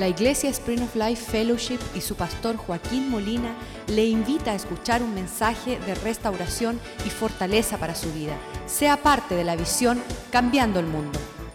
La Iglesia Spring of Life Fellowship y su pastor Joaquín Molina le invita a escuchar un mensaje de restauración y fortaleza para su vida. Sea parte de la visión Cambiando el Mundo.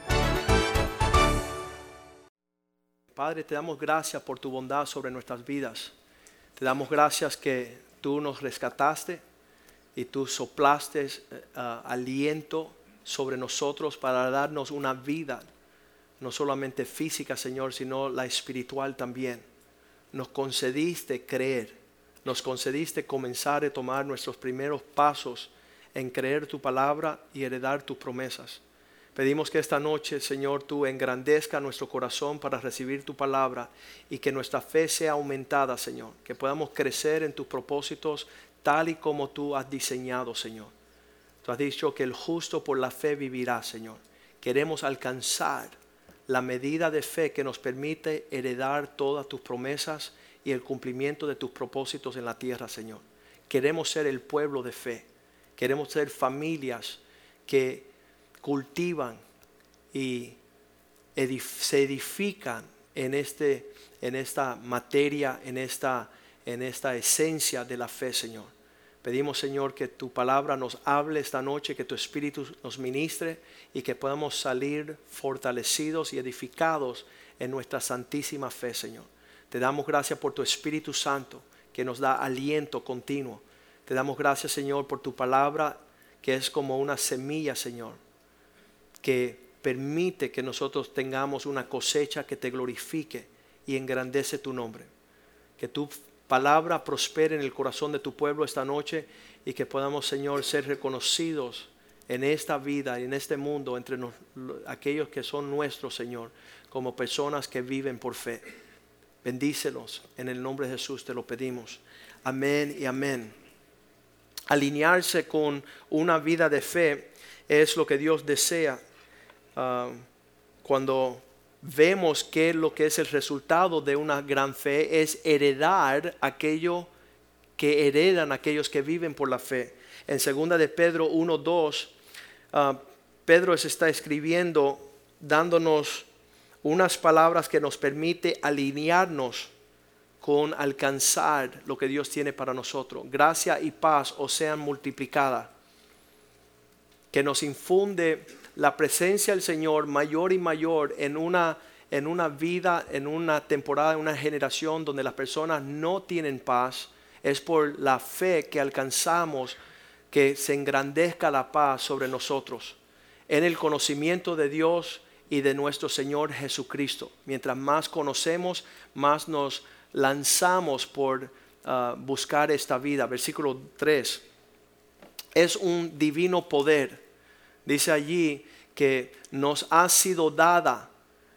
Padre, te damos gracias por tu bondad sobre nuestras vidas. Te damos gracias que tú nos rescataste y tú soplaste aliento sobre nosotros para darnos una vida, no solamente física, Señor, sino la espiritual también. Nos concediste creer, nos concediste comenzar a tomar nuestros primeros pasos en creer tu palabra y heredar tus promesas. Pedimos que esta noche, Señor, tú engrandezca nuestro corazón para recibir tu palabra y que nuestra fe sea aumentada, Señor. Que podamos crecer en tus propósitos tal y como tú has diseñado, Señor. Tú has dicho que el justo por la fe vivirá, Señor. Queremos alcanzar la medida de fe que nos permite heredar todas tus promesas y el cumplimiento de tus propósitos en la tierra, Señor. Queremos ser el pueblo de fe. Queremos ser familias que cultivan y se edifican en esta materia, en esta esencia de la fe, Señor. Pedimos, Señor, que tu palabra nos hable esta noche, que tu Espíritu nos ministre y que podamos salir fortalecidos y edificados en nuestra santísima fe, Señor. Te damos gracias por tu Espíritu Santo que nos da aliento continuo. Te damos gracias, Señor, por tu palabra que es como una semilla, Señor, que permite que nosotros tengamos una cosecha que te glorifique y engrandece tu nombre. Que tu palabra prospere en el corazón de tu pueblo esta noche y que podamos, Señor, ser reconocidos en esta vida y en este mundo entre aquellos que son nuestros, Señor, como personas que viven por fe. Bendícelos en el nombre de Jesús, te lo pedimos. Amén y amén. Alinearse con una vida de fe es lo que Dios desea. Cuando vemos que lo que es el resultado de una gran fe es heredar aquello que heredan aquellos que viven por la fe. En 2 de Pedro 1:2, Pedro se está escribiendo dándonos unas palabras que nos permite alinearnos con alcanzar lo que Dios tiene para nosotros. Gracia y paz os sean multiplicadas. Que nos infunde la presencia del Señor mayor y mayor en una vida, en una temporada, en una generación donde las personas no tienen paz. Es por la fe que alcanzamos que se engrandezca la paz sobre nosotros en el conocimiento de Dios y de nuestro Señor Jesucristo. Mientras más conocemos, más nos lanzamos por buscar esta vida. Versículo 3. Es un divino poder. Dice allí que nos ha sido dada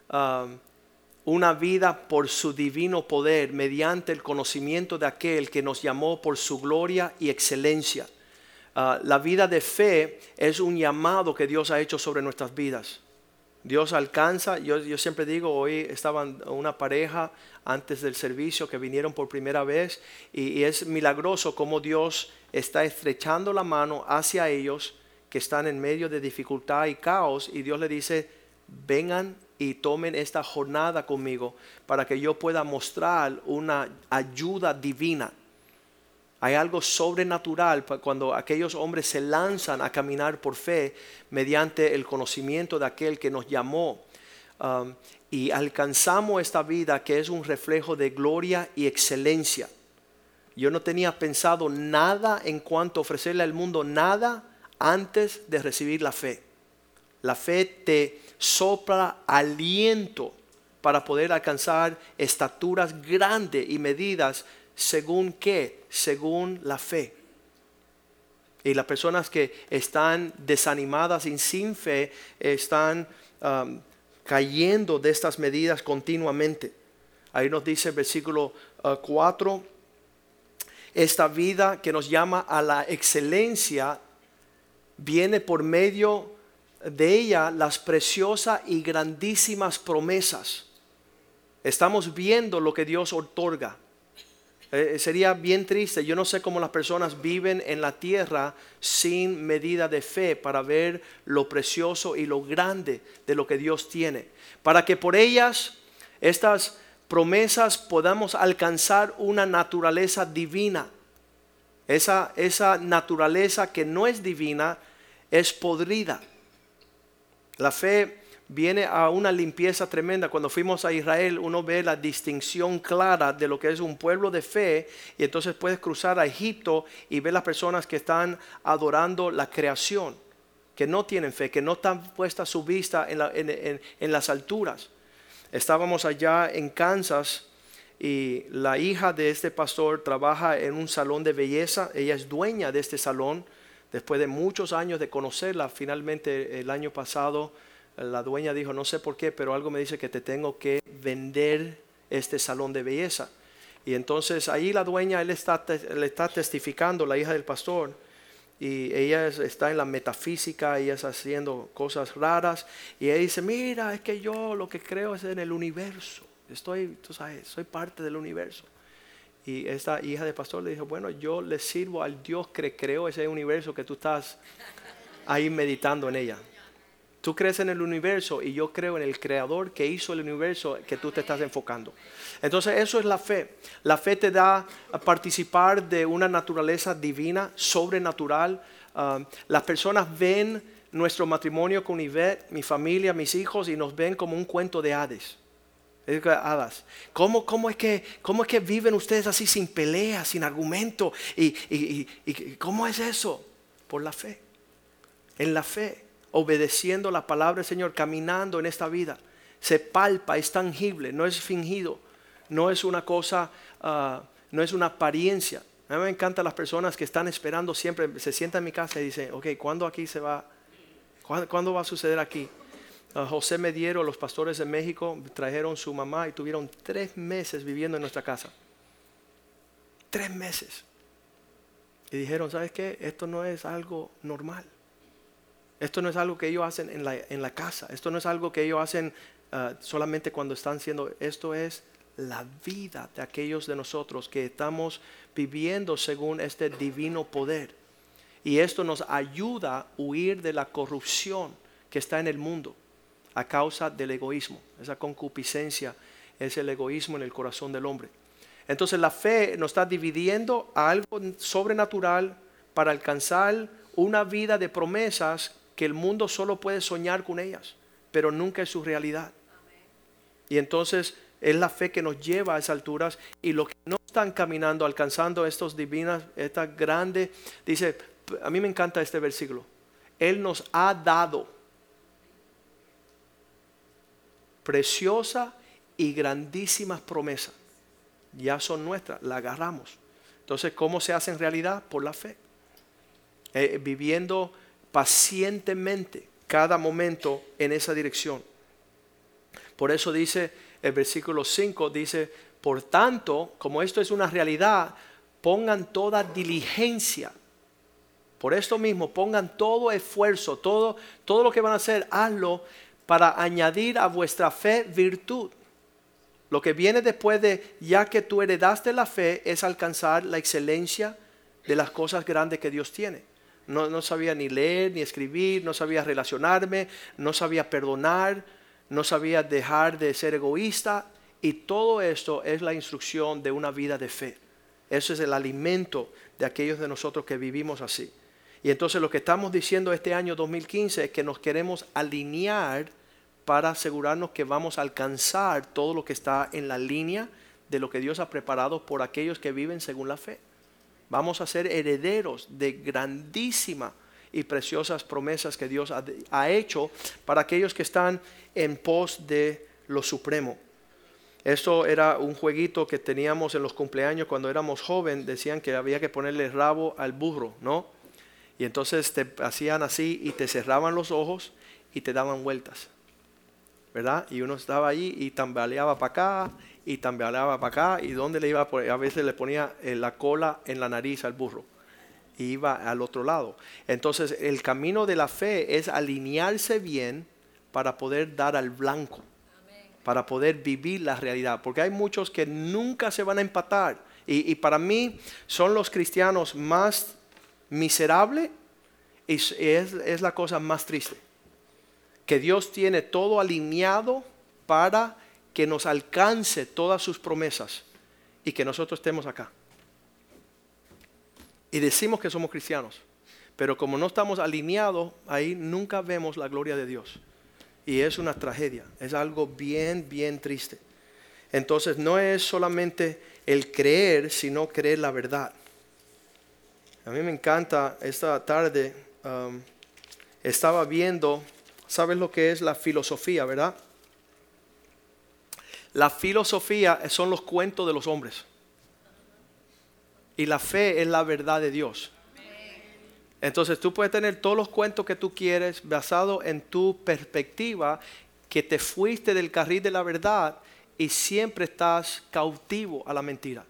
una vida por su divino poder mediante el conocimiento de aquel que nos llamó por su gloria y excelencia. La vida de fe es un llamado que Dios ha hecho sobre nuestras vidas. Dios alcanza, yo siempre digo, hoy estaban una pareja antes del servicio que vinieron por primera vez y es milagroso cómo Dios está estrechando la mano hacia ellos que están en medio de dificultad y caos, y Dios le dice: vengan y tomen esta jornada conmigo para que yo pueda mostrar una ayuda divina. Hay algo sobrenatural cuando aquellos hombres se lanzan a caminar por fe mediante el conocimiento de aquel que nos llamó, y alcanzamos esta vida que es un reflejo de gloria y excelencia. Yo no tenía pensado nada en cuanto a ofrecerle al mundo nada antes de recibir la fe. La fe te sopla aliento para poder alcanzar estaturas grandes y medidas. ¿Según qué? Según la fe. Y las personas que están desanimadas y sin fe están cayendo de estas medidas continuamente. Ahí nos dice el versículo 4. Esta vida que nos llama a la excelencia viene por medio de ella las preciosas y grandísimas promesas. Estamos viendo lo que Dios otorga. Sería bien triste. Yo no sé cómo las personas viven en la tierra sin medida de fe para ver lo precioso y lo grande de lo que Dios tiene. Para que por ellas estas promesas podamos alcanzar una naturaleza divina. Esa naturaleza que no es divina es podrida. La fe viene a una limpieza tremenda. Cuando fuimos a Israel, uno ve la distinción clara de lo que es un pueblo de fe, y entonces puedes cruzar a Egipto y ver las personas que están adorando la creación, que no tienen fe, que no están puestas su vista en las alturas. Estábamos allá en Kansas y la hija de este pastor trabaja en un salón de belleza. Ella es dueña de este salón. Después de muchos años de conocerla, finalmente el año pasado la dueña dijo, no sé por qué, pero algo me dice que te tengo que vender este salón de belleza. Y entonces ahí la dueña, le está testificando, la hija del pastor, y ella está en la metafísica, ella está haciendo cosas raras, y ella dice, mira, es que yo lo que creo es en el universo, tú sabes, soy parte del universo. Y esta hija del pastor le dijo, bueno, yo le sirvo al Dios que creó ese universo que tú estás ahí meditando en ella. Tú crees en el universo y yo creo en el creador que hizo el universo que tú te estás enfocando. Entonces eso es la fe. La fe te da a participar de una naturaleza divina, sobrenatural. Las personas ven nuestro matrimonio con Ivette, mi familia, mis hijos, y nos ven como un cuento de hadas. ¿Cómo es que viven ustedes así sin pelea, sin argumento? ¿Y cómo es eso? Por la fe. En la fe, obedeciendo la palabra del Señor, caminando en esta vida. Se palpa, es tangible, no es fingido, no es una cosa, no es una apariencia. A mí me encantan las personas que están esperando siempre, se sientan en mi casa y dicen, ok, ¿cuándo aquí se va? ¿Cuándo va a suceder aquí? José Mediero, los pastores de México, trajeron su mamá y tuvieron 3 meses viviendo en nuestra casa. 3 meses. Y dijeron, ¿sabes qué? Esto no es algo normal. Esto no es algo que ellos hacen en la casa. Esto no es algo que ellos hacen solamente cuando están haciendo. Esto es la vida de aquellos de nosotros que estamos viviendo según este divino poder. Y esto nos ayuda a huir de la corrupción que está en el mundo a causa del egoísmo. Esa concupiscencia es el egoísmo en el corazón del hombre. Entonces la fe nos está dividiendo a algo sobrenatural para alcanzar una vida de promesas que el mundo solo puede soñar con ellas, pero nunca es su realidad. Y entonces es la fe que nos lleva a esas alturas, y los que no están caminando, alcanzando estas divinas, estas grandes, dice, a mí me encanta este versículo, Él nos ha dado preciosa y grandísimas promesas. Ya son nuestras, las agarramos. Entonces, ¿cómo se hace en realidad? Por la fe. Viviendo pacientemente cada momento en esa dirección. Por eso dice el versículo 5, dice, por tanto, como esto es una realidad, pongan toda diligencia. Por esto mismo, pongan todo esfuerzo, todo lo que van a hacer, hazlo para añadir a vuestra fe virtud. Lo que viene después de, ya que tú heredaste la fe, es alcanzar la excelencia de las cosas grandes que Dios tiene. No sabía ni leer, ni escribir, no sabía relacionarme, no sabía perdonar, no sabía dejar de ser egoísta. Y todo esto es la instrucción de una vida de fe. Eso es el alimento de aquellos de nosotros que vivimos así. Y entonces lo que estamos diciendo este año 2015 es que nos queremos alinear para asegurarnos que vamos a alcanzar todo lo que está en la línea de lo que Dios ha preparado por aquellos que viven según la fe. Vamos a ser herederos de grandísimas y preciosas promesas que Dios ha hecho para aquellos que están en pos de lo supremo. Esto era un jueguito que teníamos en los cumpleaños cuando éramos jóvenes. Decían que había que ponerle rabo al burro, ¿no? Y entonces te hacían así y te cerraban los ojos y te daban vueltas, ¿verdad? Y uno estaba ahí y tambaleaba para acá y tambaleaba para acá. ¿Y dónde le iba a poner? A veces le ponía la cola en la nariz al burro y iba al otro lado. Entonces el camino de la fe es alinearse bien para poder dar al blanco, para poder vivir la realidad. Porque hay muchos que nunca se van a empatar. Y para mí son los cristianos más miserables y es la cosa más triste. Que Dios tiene todo alineado para que nos alcance todas sus promesas y que nosotros estemos acá. Y decimos que somos cristianos, pero como no estamos alineados, ahí nunca vemos la gloria de Dios. Y es una tragedia, es algo bien, bien triste. Entonces no es solamente el creer, sino creer la verdad. A mí me encanta, esta tarde estaba viendo, ¿sabes lo que es la filosofía, verdad? La filosofía son los cuentos de los hombres. Y la fe es la verdad de Dios. Entonces tú puedes tener todos los cuentos que tú quieres basado en tu perspectiva, que te fuiste del carril de la verdad y siempre estás cautivo a la mentira.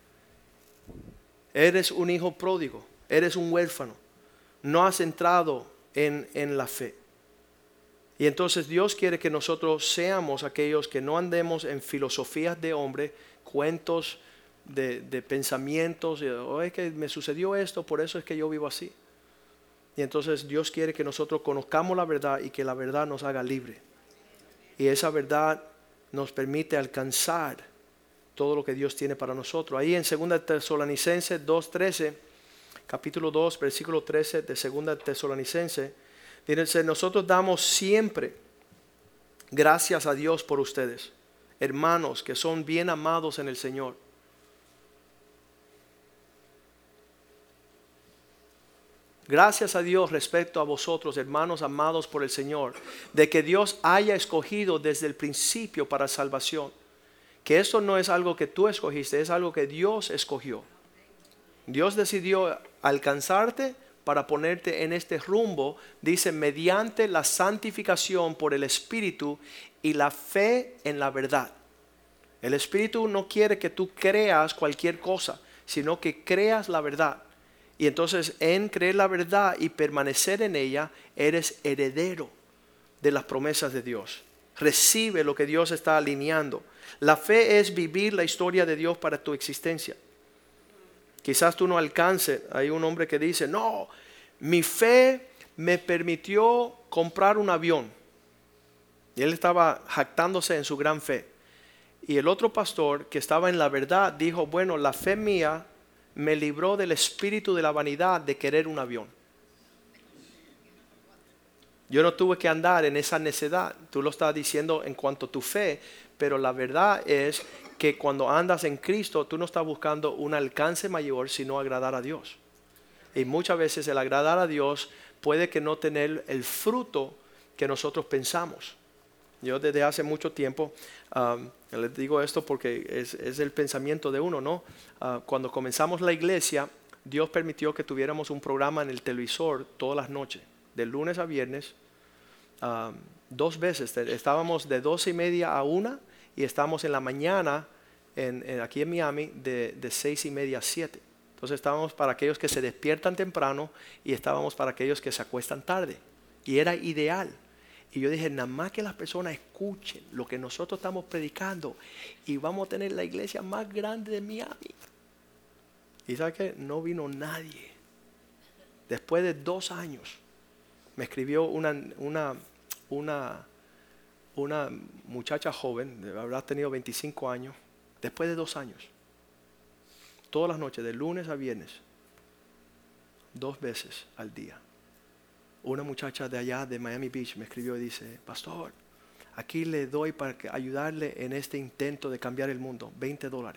Eres un hijo pródigo, eres un huérfano, no has entrado en la fe. Y entonces Dios quiere que nosotros seamos aquellos que no andemos en filosofías de hombre, cuentos de pensamientos, es que me sucedió esto, por eso es que yo vivo así. Y entonces Dios quiere que nosotros conozcamos la verdad y que la verdad nos haga libre. Y esa verdad nos permite alcanzar todo lo que Dios tiene para nosotros. Ahí en 2 Tesalonicenses 2:13, capítulo 2, versículo 13 de 2 Tesalonicenses, dice: nosotros damos siempre gracias a Dios por ustedes, hermanos que son bien amados en el Señor. Gracias a Dios respecto a vosotros, hermanos amados por el Señor, de que Dios haya escogido desde el principio para salvación. Que esto no es algo que tú escogiste, es algo que Dios escogió. Dios decidió alcanzarte para ponerte en este rumbo, dice, mediante la santificación por el Espíritu y la fe en la verdad. El Espíritu no quiere que tú creas cualquier cosa, sino que creas la verdad. Y entonces en creer la verdad y permanecer en ella, eres heredero de las promesas de Dios. Recibe lo que Dios está alineando. La fe es vivir la historia de Dios para tu existencia. Quizás tú no alcances. Hay un hombre que dice: no, mi fe me permitió comprar un avión. Y él estaba jactándose en su gran fe. Y el otro pastor que estaba en la verdad dijo: bueno, la fe mía me libró del espíritu de la vanidad de querer un avión. Yo no tuve que andar en esa necedad. Tú lo estás diciendo en cuanto a tu fe, pero la verdad es que cuando andas en Cristo, tú no estás buscando un alcance mayor, sino agradar a Dios. Y muchas veces el agradar a Dios puede que no tener el fruto que nosotros pensamos. Yo desde hace mucho tiempo, les digo esto porque es el pensamiento de uno, ¿no? Cuando comenzamos la iglesia, Dios permitió que tuviéramos un programa en el televisor todas las noches, de lunes a viernes, 2 veces. Estábamos de 12:30 a 1 y estábamos en la mañana aquí en Miami de 6:30 a 7. Entonces estábamos para aquellos que se despiertan temprano y estábamos para aquellos que se acuestan tarde. Y era ideal. Y yo dije, nada más que las personas escuchen lo que nosotros estamos predicando y vamos a tener la iglesia más grande de Miami. Y ¿sabe qué? No vino nadie. Después de 2 años me escribió una muchacha joven, habrá tenido 25 años, después de 2 años. Todas las noches, de lunes a viernes, 2 veces al día. Una muchacha de allá de Miami Beach me escribió y dice: pastor, aquí le doy para ayudarle en este intento de cambiar el mundo, $20.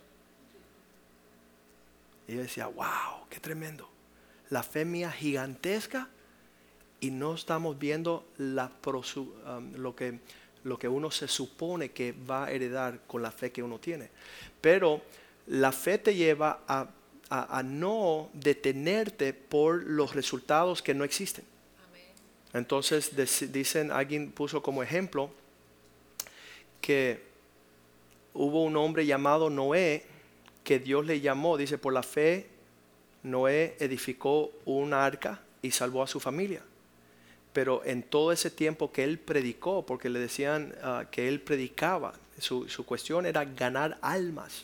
Y yo decía: wow, qué tremendo. La fe mía gigantesca y no estamos viendo lo que uno se supone que va a heredar con la fe que uno tiene. Pero la fe te lleva a no detenerte por los resultados que no existen. Entonces dicen, alguien puso como ejemplo que hubo un hombre llamado Noé que Dios le llamó, dice, por la fe Noé edificó un arca y salvó a su familia. Pero en todo ese tiempo que él predicó, porque le decían que él predicaba, su cuestión era ganar almas.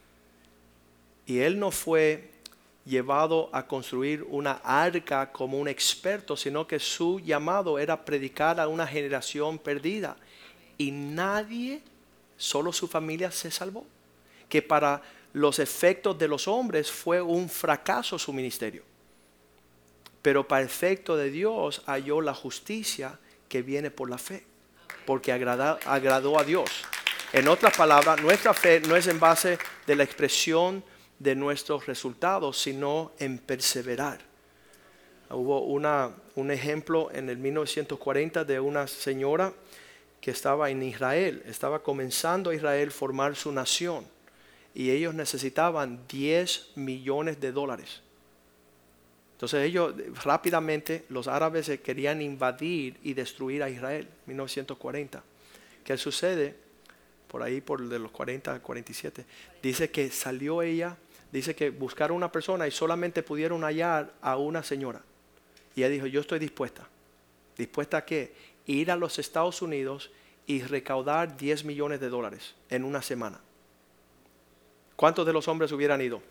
Y él no fue llevado a construir una arca como un experto, sino que su llamado era predicar a una generación perdida. Y nadie solo su familia se salvó. Que para los efectos de los hombres fue un fracaso su ministerio. Pero para efecto de Dios halló la justicia que viene por la fe. Porque agradó a Dios. En otras palabras, nuestra fe no es en base de la expresión de nuestros resultados, sino en perseverar. Hubo un ejemplo en el 1940 de una señora que estaba en Israel. Estaba comenzando Israel a formar su nación. Y ellos necesitaban $10 millones. Entonces ellos rápidamente, los árabes se querían invadir y destruir a Israel. 1940. ¿Qué sucede? Por ahí, por de los 40 a 47. Dice que salió ella, dice que buscaron una persona y solamente pudieron hallar a una señora. Y ella dijo, yo estoy dispuesta. ¿Dispuesta a qué? Ir a los Estados Unidos y recaudar $10 millones en una semana. ¿Cuántos de los hombres hubieran ido?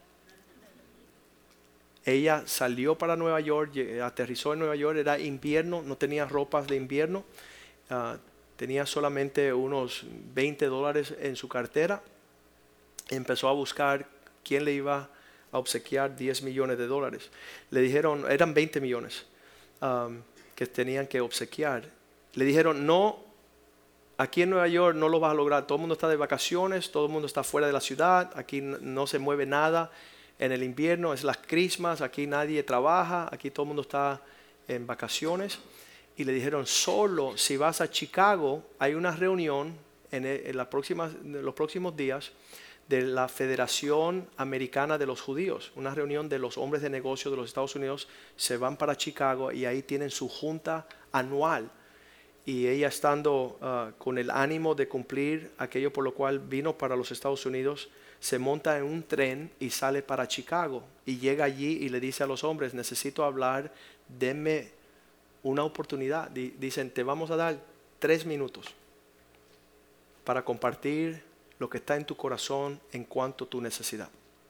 Ella salió para Nueva York, aterrizó en Nueva York, era invierno, no tenía ropas de invierno, tenía solamente unos $20 en su cartera. Empezó a buscar quién le iba a obsequiar $10 millones. Le dijeron, eran 20 millones que tenían que obsequiar. Le dijeron, no, aquí en Nueva York no lo vas a lograr, todo el mundo está de vacaciones, todo el mundo está fuera de la ciudad, aquí no se mueve nada. En el invierno es las crismas, aquí nadie trabaja, aquí todo el mundo está en vacaciones. Y le dijeron, solo si vas a Chicago, hay una reunión en los próximos días de la Federación Americana de los Judíos. Una reunión de los hombres de negocio de los Estados Unidos. Se van para Chicago y ahí tienen su junta anual. Y ella estando con el ánimo de cumplir aquello por lo cual vino para los Estados Unidos, se monta en un tren y sale para Chicago y llega allí y le dice a los hombres, necesito hablar, denme una oportunidad. Dicen, te vamos a dar 3 minutos para compartir lo que está en tu corazón en cuanto a tu necesidad.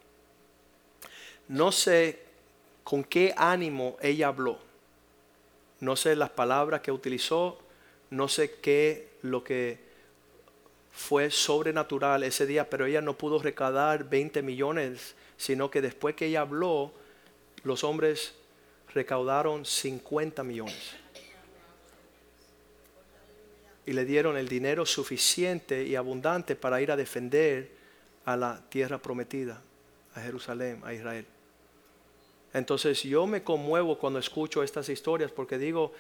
No sé con qué ánimo ella habló, no sé las palabras que utilizó, no sé qué lo que fue sobrenatural ese día, pero ella no pudo recaudar 20 millones, sino que después que ella habló, los hombres recaudaron 50 millones. Y le dieron el dinero suficiente y abundante para ir a defender a la tierra prometida, a Jerusalén, a Israel. Entonces yo me conmuevo cuando escucho estas historias porque digo,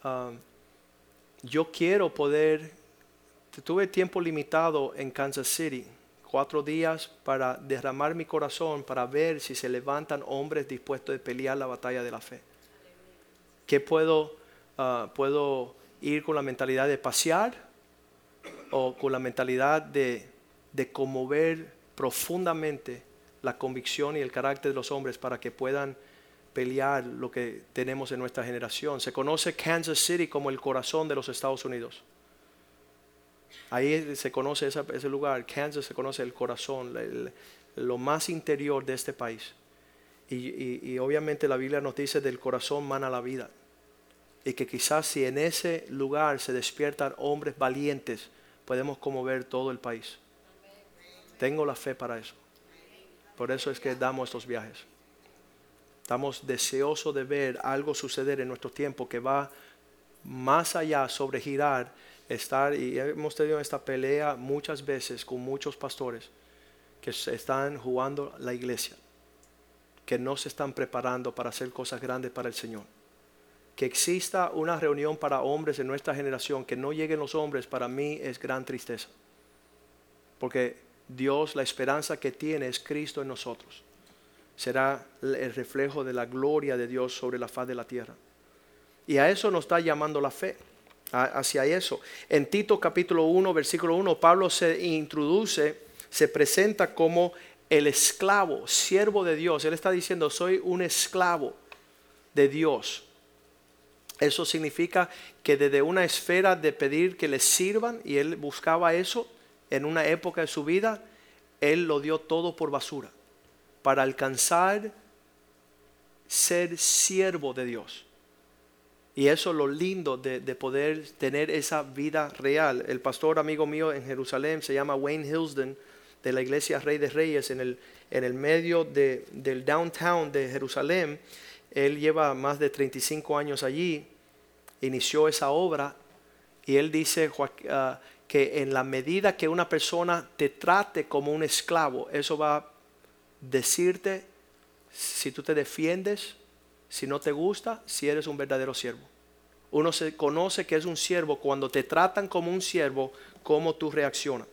yo quiero poder. Tuve tiempo limitado en Kansas City, 4 días para derramar mi corazón, para ver si se levantan hombres dispuestos a pelear la batalla de la fe. ¿Qué puedo ir con la mentalidad de pasear o con la mentalidad de conmover profundamente la convicción y el carácter de los hombres para que puedan pelear lo que tenemos en nuestra generación? Se conoce Kansas City como el corazón de los Estados Unidos. Ahí se conoce ese lugar. Kansas se conoce el corazón, lo más interior de este país. Y obviamente la Biblia nos dice del corazón mana la vida. Y que quizás si en ese lugar se despiertan hombres valientes, podemos conmover todo el país. Tengo la fe para eso. Por eso es que damos estos viajes. Estamos deseosos de ver algo suceder en nuestro tiempo que va más allá, sobregirar. Y hemos tenido esta pelea muchas veces con muchos pastores que están jugando la iglesia, que no se están preparando para hacer cosas grandes para el Señor. Que exista una reunión para hombres en nuestra generación, que no lleguen los hombres, para mí es gran tristeza. Porque Dios, la esperanza que tiene es Cristo en nosotros. Será el reflejo de la gloria de Dios sobre la faz de la tierra. Y a eso nos está llamando la fe. Hacia eso. En Tito capítulo 1, versículo 1, Pablo se introduce, se presenta como el esclavo, siervo de Dios. Él está diciendo, soy un esclavo de Dios. Eso significa que desde una esfera de pedir que le sirvan, y él buscaba eso en una época de su vida, él lo dio todo por basura para alcanzar ser siervo de Dios. Y eso es lo lindo de poder tener esa vida real. El pastor amigo mío en Jerusalén se llama Wayne Hillsden, de la iglesia Rey de Reyes, en el medio del downtown de Jerusalén. Él lleva más de 35 años allí, inició esa obra, y él dice que en la medida que una persona te trate como un esclavo, eso va a decirte si tú te defiendes, si no te gusta, si eres un verdadero siervo. Uno se conoce que es un siervo cuando te tratan como un siervo, cómo tú reaccionas.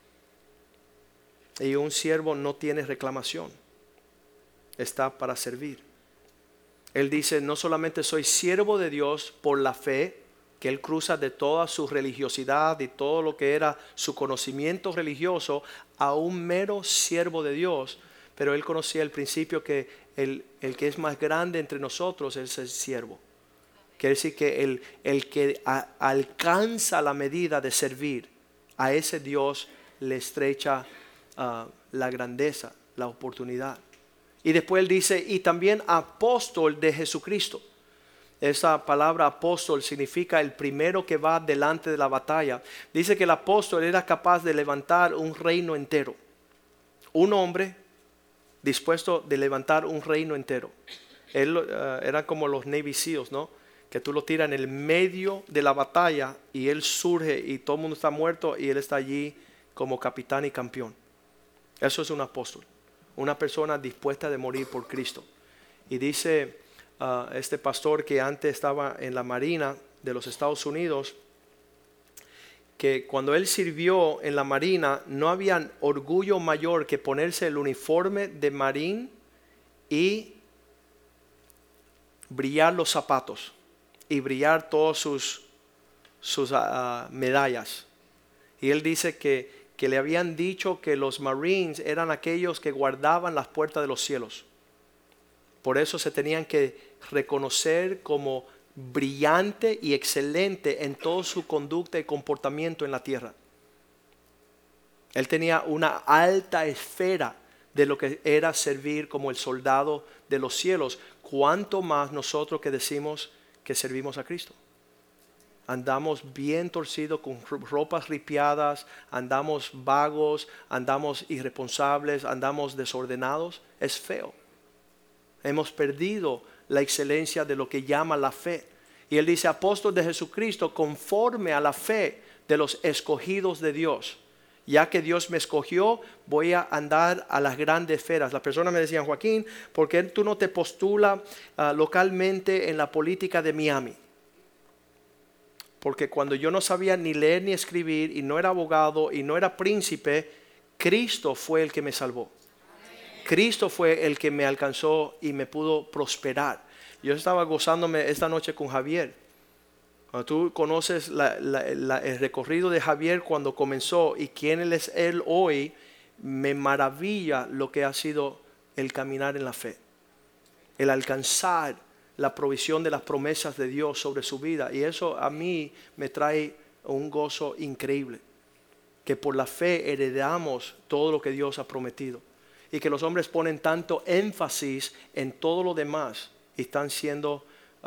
Y un siervo no tiene reclamación, está para servir. Él dice, no solamente soy siervo de Dios por la fe, que él cruza de toda su religiosidad y todo lo que era su conocimiento religioso a un mero siervo de Dios, pero él conocía el principio que el que es más grande entre nosotros es el siervo. Quiere decir que el que alcanza la medida de servir, a ese Dios le estrecha la grandeza, la oportunidad. Y después él dice, y también apóstol de Jesucristo. Esa palabra apóstol significa el primero que va delante de la batalla. Dice que el apóstol era capaz de levantar un reino entero. Un hombre dispuesto de levantar un reino entero. Él era como los Navy Seals, ¿no? Que tú lo tiras en el medio de la batalla y él surge y todo el mundo está muerto y él está allí como capitán y campeón. Eso es un apóstol, una persona dispuesta de morir por Cristo. Y dice este pastor que antes estaba en la Marina de los Estados Unidos, que cuando él sirvió en la Marina no había orgullo mayor que ponerse el uniforme de marín y brillar los zapatos y brillar todas sus medallas. Y él dice que le habían dicho que los Marines eran aquellos que guardaban las puertas de los cielos. Por eso se tenían que reconocer como brillante y excelente en toda su conducta y comportamiento en la tierra. Él tenía una alta esfera de lo que era servir como el soldado de los cielos. Cuánto más nosotros que decimos que servimos a Cristo. Andamos bien torcidos con ropas ripiadas, andamos vagos, andamos irresponsables, andamos desordenados. Es feo. Hemos perdido la excelencia de lo que llama la fe. Y él dice, apóstol de Jesucristo, conforme a la fe de los escogidos de Dios. Ya que Dios me escogió, voy a andar a las grandes esferas. Las personas me decían, Joaquín, ¿por qué tú no te postulas localmente en la política de Miami? Porque cuando yo no sabía ni leer ni escribir, y no era abogado, y no era príncipe, Cristo fue el que me salvó. Cristo fue el que me alcanzó y me pudo prosperar. Yo estaba gozándome esta noche con Javier. Cuando tú conoces el recorrido de Javier cuando comenzó y quién es él hoy, me maravilla lo que ha sido el caminar en la fe. El alcanzar la provisión de las promesas de Dios sobre su vida. Y eso a mí me trae un gozo increíble. Que por la fe heredamos todo lo que Dios ha prometido. Y que los hombres ponen tanto énfasis en todo lo demás y están siendo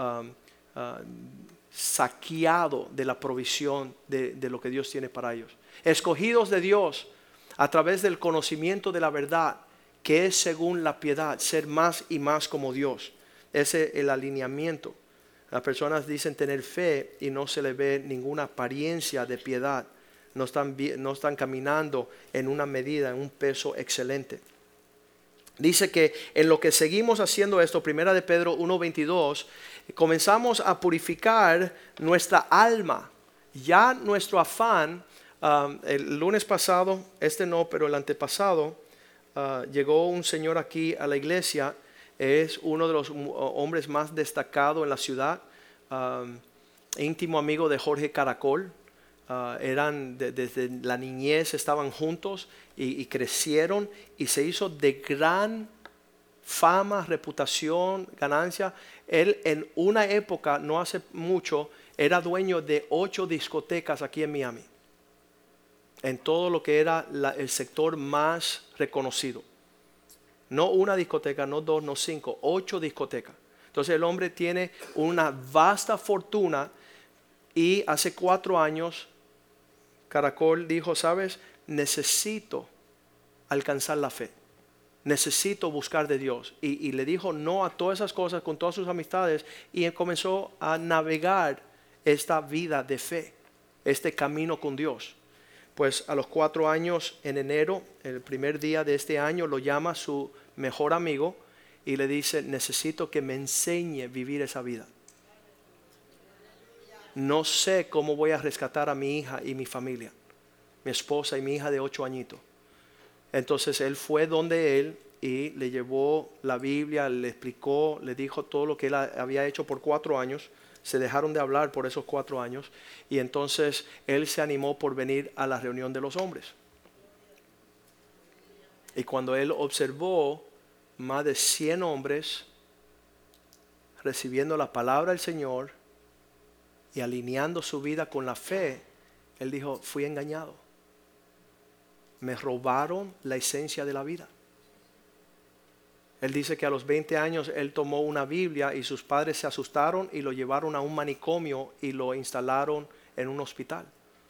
saqueados de la provisión de lo que Dios tiene para ellos. Escogidos de Dios a través del conocimiento de la verdad, que es según la piedad, ser más y más como Dios. Ese es el alineamiento. Las personas dicen tener fe y no se le ve ninguna apariencia de piedad. No están caminando en una medida, en un peso excelente. Dice que en lo que seguimos haciendo esto, 1 de Pedro 1:22, comenzamos a purificar nuestra alma. Ya nuestro afán, el lunes pasado, no, pero el antepasado, llegó un señor aquí a la iglesia. Es uno de los hombres más destacados en la ciudad, íntimo amigo de Jorge Caracol. Desde la niñez estaban juntos y crecieron, y se hizo de gran fama, reputación, ganancia. Él en una época, no hace mucho, era dueño de 8 discotecas aquí en Miami, en todo lo que era el sector más reconocido. No una discoteca, no 2, no 5, 8 discotecas. Entonces el hombre tiene una vasta fortuna y hace 4 años Caracol dijo, ¿sabes? Necesito alcanzar la fe. Necesito buscar de Dios. Y le dijo no a todas esas cosas con todas sus amistades y él comenzó a navegar esta vida de fe, este camino con Dios. Pues a los 4 años, en enero, el primer día de este año, lo llama su mejor amigo y le dice, necesito que me enseñe a vivir esa vida. No sé cómo voy a rescatar a mi hija y mi familia, mi esposa y mi hija de 8 añitos. Entonces él fue donde él y le llevó la Biblia, le explicó, le dijo todo lo que él había hecho por 4 años. Se dejaron de hablar por esos 4 años y entonces él se animó por venir a la reunión de los hombres. Y cuando él observó más de 100 hombres recibiendo la palabra del Señor y alineando su vida con la fe, él dijo, fui engañado. Me robaron la esencia de la vida. Él dice que a los 20 años él tomó una Biblia y sus padres se asustaron y lo llevaron a un manicomio y lo instalaron en un hospital.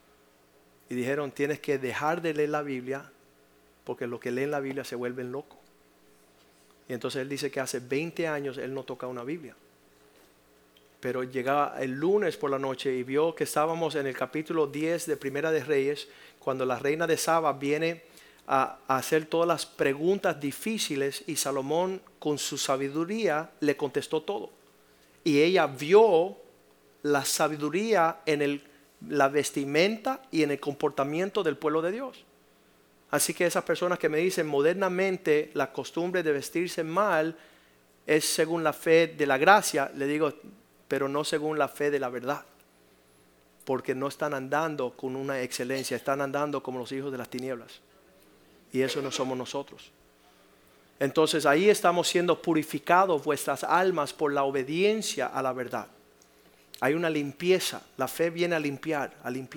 Y dijeron, tienes que dejar de leer la Biblia porque los que leen la Biblia se vuelven locos. Y entonces él dice que hace 20 años él no toca una Biblia. Pero llegaba el lunes por la noche y vio que estábamos en el capítulo 10 de Primera de Reyes, cuando la reina de Saba viene a hacer todas las preguntas difíciles y Salomón con su sabiduría le contestó todo. Y ella vio la sabiduría en la vestimenta y en el comportamiento del pueblo de Dios. Así que esas personas que me dicen modernamente la costumbre de vestirse mal es según la fe de la gracia, le digo, pero no según la fe de la verdad. Porque no están andando con una excelencia, están andando como los hijos de las tinieblas. Y eso no somos nosotros. Entonces ahí estamos siendo purificados vuestras almas por la obediencia a la verdad. Hay una limpieza. La fe viene a limpiar,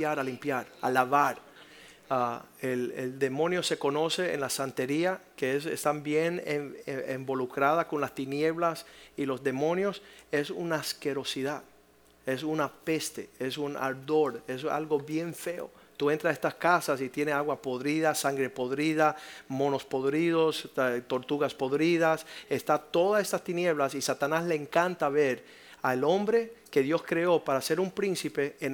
a lavar. El demonio se conoce en la santería, que están bien involucrada con las tinieblas y los demonios. Es una asquerosidad, es una peste, es un ardor, es algo bien feo. Tú entras a estas casas y tiene agua podrida, sangre podrida, monos podridos, tortugas podridas. Está todas estas tinieblas y Satanás le encanta ver al hombre que Dios creó para ser un príncipe en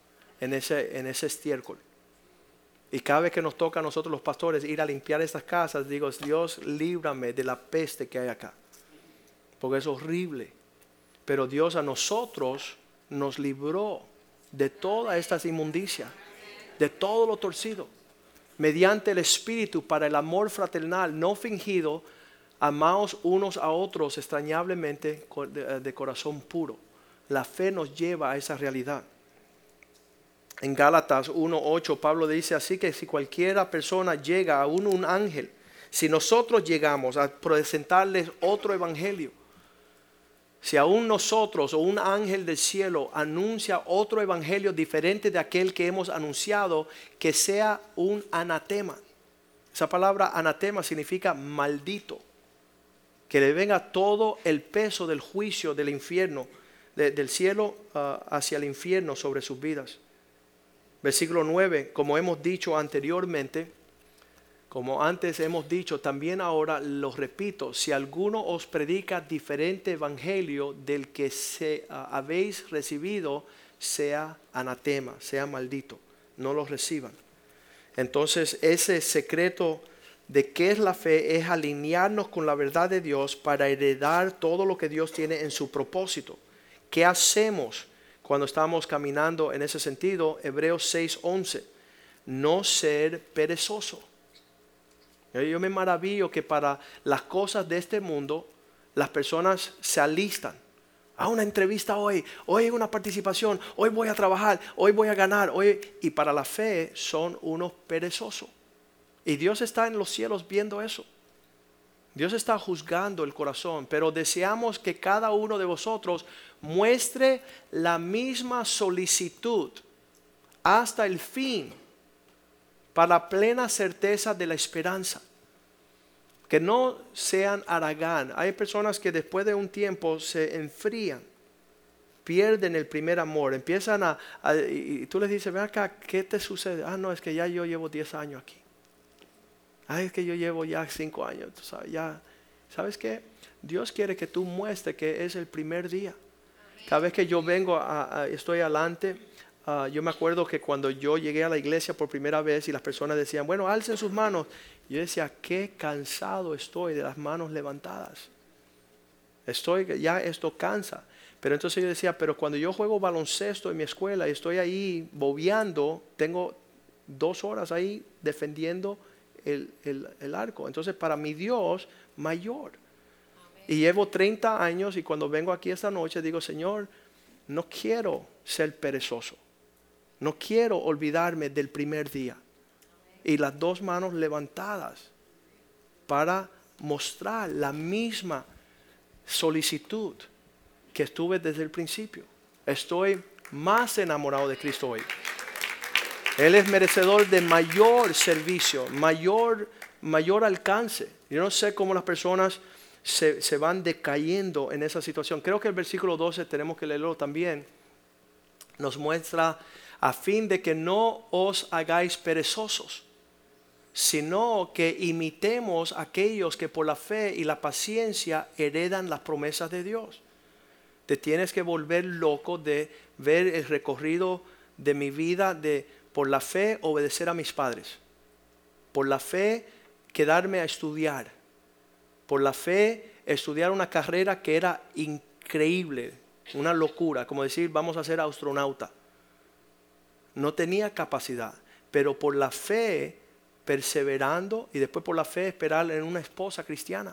ese estiércol. Y cada vez que nos toca a nosotros los pastores ir a limpiar estas casas, digo, Dios, líbrame de la peste que hay acá. Porque es horrible. Pero Dios a nosotros nos libró de todas estas inmundicias, de todo lo torcido, mediante el Espíritu para el amor fraternal, no fingido, amaos unos a otros extrañablemente de corazón puro. La fe nos lleva a esa realidad. En Gálatas 1:8 Pablo dice así que si cualquiera persona llega a un ángel, si nosotros llegamos a presentarles otro evangelio, si aún nosotros o un ángel del cielo anuncia otro evangelio diferente de aquel que hemos anunciado, que sea un anatema. Esa palabra anatema significa maldito. Que le venga todo el peso del juicio del infierno, del cielo hacia el infierno sobre sus vidas. Versículo 9, como hemos dicho anteriormente, como antes hemos dicho, también ahora lo repito, si alguno os predica diferente evangelio del que habéis recibido, sea anatema, sea maldito, no lo reciban. Entonces ese secreto de qué es la fe es alinearnos con la verdad de Dios para heredar todo lo que Dios tiene en su propósito. ¿Qué hacemos cuando estamos caminando en ese sentido? Hebreos 6:11, no ser perezoso. Yo me maravillo que para las cosas de este mundo las personas se alistan. A una entrevista hoy hay una participación, hoy voy a trabajar, hoy voy a ganar, y para la fe son unos perezosos. Y Dios está en los cielos viendo eso. Dios está juzgando el corazón, pero deseamos que cada uno de vosotros muestre la misma solicitud hasta el fin, para la plena certeza de la esperanza. Que no sean haragán. Hay personas que después de un tiempo se enfrían, pierden el primer amor, empiezan y tú les dices, ven acá, ¿qué te sucede? Ah, no, es que ya yo llevo 10 años aquí. Ah, es que yo llevo ya 5 años, tú sabes, ya. ¿Sabes qué? Dios quiere que tú muestres que es el primer día. Cada vez que yo vengo, estoy adelante. Yo me acuerdo que cuando yo llegué a la iglesia por primera vez y las personas decían, bueno, alcen sus manos. Yo decía, qué cansado estoy de las manos levantadas. Ya esto cansa. Pero entonces yo decía, pero cuando yo juego baloncesto en mi escuela y estoy ahí bobeando, tengo 2 horas ahí defendiendo el arco. Entonces para mi Dios mayor. Y llevo 30 años y cuando vengo aquí esta noche digo, Señor, no quiero ser perezoso. No quiero olvidarme del primer día. Y las 2 manos levantadas para mostrar la misma solicitud que estuve desde el principio. Estoy más enamorado de Cristo hoy. Él es merecedor de mayor servicio, mayor alcance. Yo no sé cómo las personas se van decayendo en esa situación. Creo que el versículo 12, tenemos que leerlo también, nos muestra a fin de que no os hagáis perezosos, sino que imitemos a aquellos que por la fe y la paciencia heredan las promesas de Dios. Te tienes que volver loco de ver el recorrido de mi vida, de por la fe obedecer a mis padres, por la fe quedarme a estudiar, por la fe estudiar una carrera que era increíble, una locura, como decir vamos a ser astronauta. No tenía capacidad, pero por la fe perseverando y después por la fe esperar en una esposa cristiana.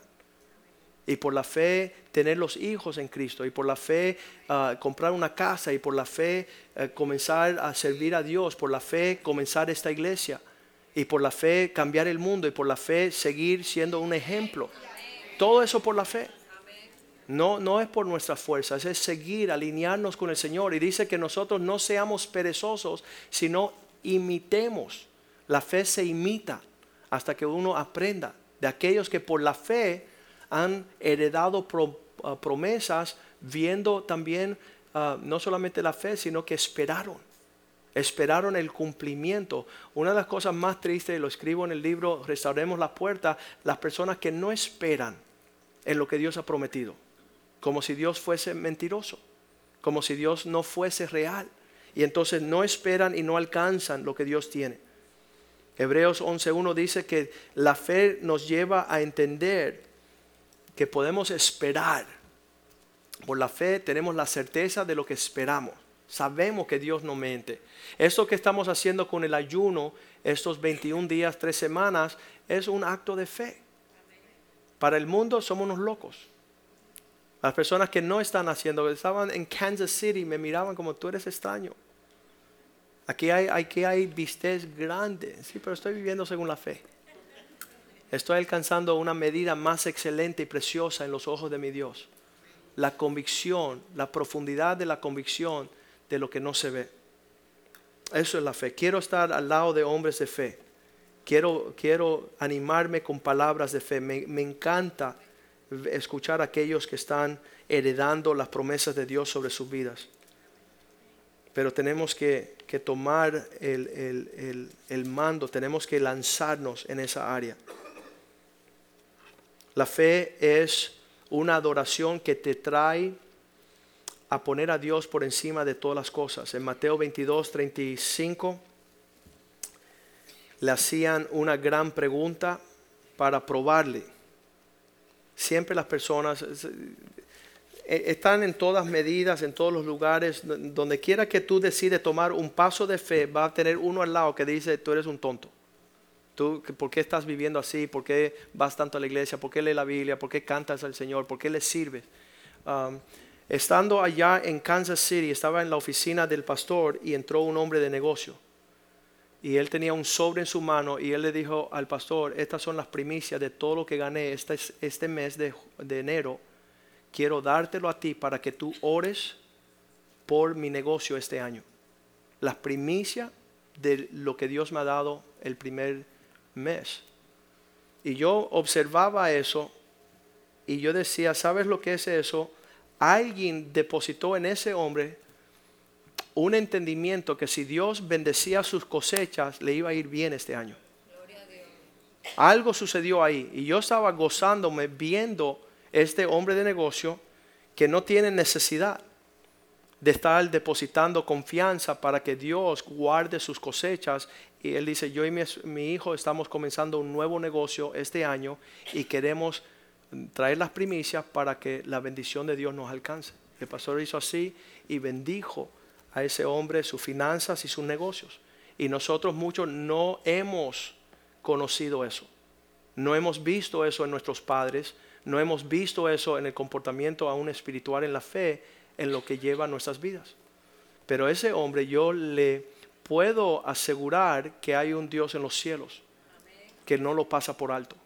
Y por la fe tener los hijos en Cristo. Y por la fe comprar una casa. Y por la fe comenzar a servir a Dios. Por la fe comenzar esta iglesia. Y por la fe cambiar el mundo. Y por la fe seguir siendo un ejemplo. Todo eso por la fe. No es por nuestras fuerzas. Es seguir, alinearnos con el Señor. Y dice que nosotros no seamos perezosos, sino imitemos. La fe se imita hasta que uno aprenda de aquellos que por la fe han heredado promesas, viendo también no solamente la fe, sino que esperaron el cumplimiento. Una de las cosas más tristes, y lo escribo en el libro Restauremos la Puerta, las personas que no esperan en lo que Dios ha prometido, como si Dios fuese mentiroso, como si Dios no fuese real, y entonces no esperan y no alcanzan lo que Dios tiene. Hebreos 11:1 dice que la fe nos lleva a entender que podemos esperar. Por la fe tenemos la certeza de lo que esperamos. Sabemos que Dios no miente. Esto que estamos haciendo con el ayuno, estos 21 días, 3 semanas, es un acto de fe. Para el mundo somos unos locos. Las personas que no están haciendo, estaban en Kansas City, me miraban como tú eres extraño. Aquí hay bistec grande. Sí, pero estoy viviendo según la fe. Estoy alcanzando una medida más excelente y preciosa en los ojos de mi Dios. La convicción, la profundidad de la convicción de lo que no se ve. Eso es la fe. Quiero estar al lado de hombres de fe. Quiero animarme con palabras de fe. Me encanta escuchar a aquellos que están heredando las promesas de Dios sobre sus vidas. Pero tenemos que tomar el mando, tenemos que lanzarnos en esa área. La fe es una adoración que te trae a poner a Dios por encima de todas las cosas. En Mateo 22:35 le hacían una gran pregunta para probarle. Siempre las personas están en todas medidas, en todos los lugares. Donde quiera que tú decides tomar un paso de fe, va a tener uno al lado que dice, tú eres un tonto. ¿Tú por qué estás viviendo así? ¿Por qué vas tanto a la iglesia? ¿Por qué lees la Biblia? ¿Por qué cantas al Señor? ¿Por qué le sirves? Estando allá en Kansas City, estaba en la oficina del pastor y entró un hombre de negocio. Y él tenía un sobre en su mano y él le dijo al pastor, estas son las primicias de todo lo que gané este mes de enero. Quiero dártelo a ti para que tú ores por mi negocio este año. Las primicias de lo que Dios me ha dado el primer mes. Y yo observaba eso y yo decía, ¿sabes lo que es eso? Alguien depositó en ese hombre un entendimiento que si Dios bendecía sus cosechas, le iba a ir bien este año. Algo sucedió ahí y yo estaba gozándome viendo este hombre de negocio que no tiene necesidad de estar depositando confianza para que Dios guarde sus cosechas. Y él dice, yo y mi hijo estamos comenzando un nuevo negocio este año y queremos traer las primicias para que la bendición de Dios nos alcance. El pastor hizo así y bendijo a ese hombre sus finanzas y sus negocios. Y nosotros muchos no hemos conocido eso. No hemos visto eso en nuestros padres. No hemos visto eso en el comportamiento aún espiritual en la fe, en lo que lleva nuestras vidas. Pero ese hombre, yo le puedo asegurar que hay un Dios en los cielos que no lo pasa por alto.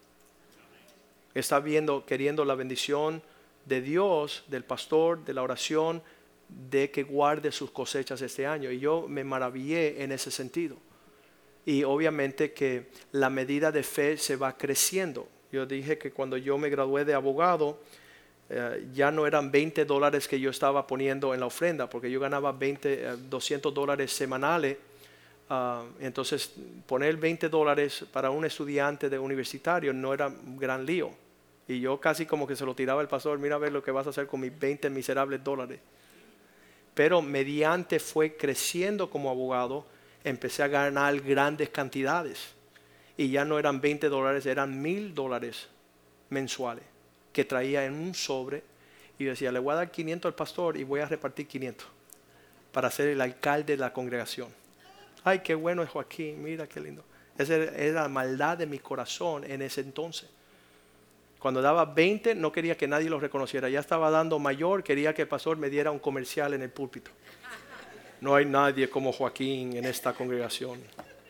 Está queriendo la bendición de Dios, del pastor, de la oración, de que guarde sus cosechas este año. Y yo me maravillé en ese sentido. Y obviamente que la medida de fe se va creciendo. Yo dije que cuando yo me gradué de abogado, ya no eran $20 que yo estaba poniendo en la ofrenda, porque yo ganaba $200 semanales. Entonces poner $20 para un estudiante de universitario no era un gran lío. Y yo casi como que se lo tiraba al pastor, mira a ver lo que vas a hacer con mis 20 miserables dólares. Pero mediante fue creciendo como abogado, empecé a ganar grandes cantidades. Y ya no eran $20, eran $1,000 mensuales que traía en un sobre. Y yo decía, le voy a dar 500 al pastor y voy a repartir 500 para ser el alcalde de la congregación. Ay, qué bueno es Joaquín, mira qué lindo. Esa era la maldad de mi corazón en ese entonces. Cuando daba 20 no quería que nadie lo reconociera. Ya estaba dando mayor, quería que el pastor me diera un comercial en el púlpito. No hay nadie como Joaquín en esta congregación.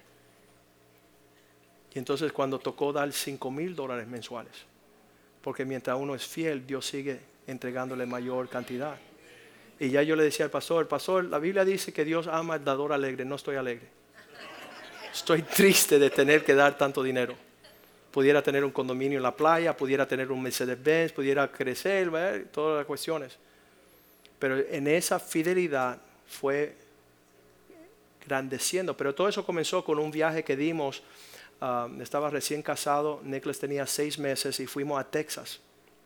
Y entonces cuando tocó dar $5,000 mensuales, porque mientras uno es fiel, Dios sigue entregándole mayor cantidad. Y ya yo le decía al pastor, la Biblia dice que Dios ama al dador alegre. No estoy alegre. Estoy triste de tener que dar tanto dinero. Pudiera tener un condominio en la playa, pudiera tener un Mercedes-Benz, pudiera crecer, ¿ver? Todas las cuestiones. Pero en esa fidelidad fue grandeciendo. Pero todo eso comenzó con un viaje que dimos. Estaba recién casado, Nicholas tenía 6 meses y fuimos a Texas.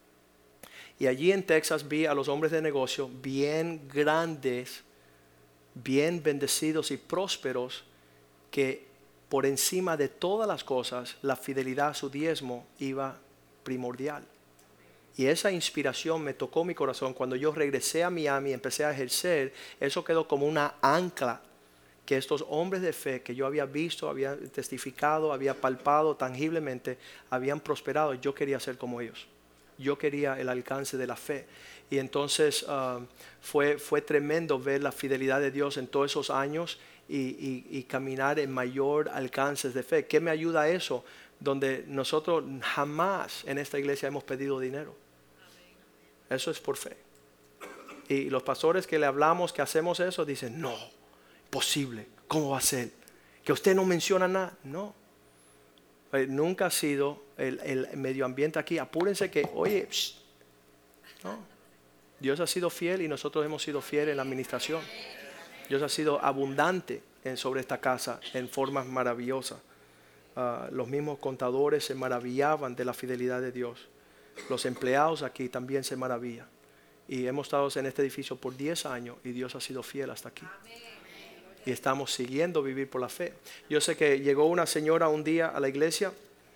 Y allí en Texas vi a los hombres de negocio bien grandes, bien bendecidos y prósperos, que por encima de todas las cosas, la fidelidad a su diezmo iba primordial. Y esa inspiración me tocó mi corazón. Cuando yo regresé a Miami y empecé a ejercer, eso quedó como una ancla, que estos hombres de fe que yo había visto, había testificado, había palpado tangiblemente, habían prosperado. Yo quería ser como ellos. Yo quería el alcance de la fe. Y entonces fue tremendo ver la fidelidad de Dios en todos esos años y caminar en mayor alcance de fe. ¿Qué me ayuda a eso? Donde nosotros jamás en esta iglesia hemos pedido dinero. Eso es por fe. Y los pastores que le hablamos que hacemos eso dicen, no, imposible, ¿cómo va a ser? Que usted no menciona nada. No. Nunca ha sido el medio ambiente aquí. Apúrense que, oye, no. Dios ha sido fiel y nosotros hemos sido fieles en la administración. Dios ha sido abundante sobre esta casa en formas maravillosas. Los mismos contadores se maravillaban de la fidelidad de Dios. Los empleados aquí también se maravillan. Y hemos estado en este edificio por 10 años y Dios ha sido fiel hasta aquí. Y estamos siguiendo vivir por la fe. Yo sé que llegó una señora un día a la iglesia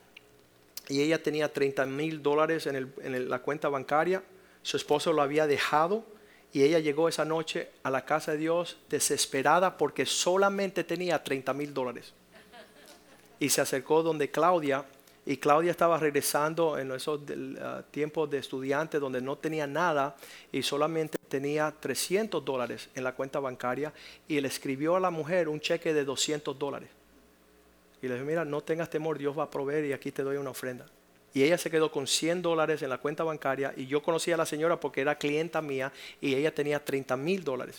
y ella tenía $30,000 en la cuenta bancaria. Su esposo lo había dejado y ella llegó esa noche a la casa de Dios desesperada porque solamente tenía $30,000. Y se acercó donde Claudia, y Claudia estaba regresando en esos tiempos de estudiante donde no tenía nada y solamente tenía $300 en la cuenta bancaria, y le escribió a la mujer un cheque de $200 y le dijo, mira, no tengas temor, Dios va a proveer y aquí te doy una ofrenda. Y ella se quedó con $100 en la cuenta bancaria, y yo conocí a la señora porque era clienta mía y ella tenía $30,000.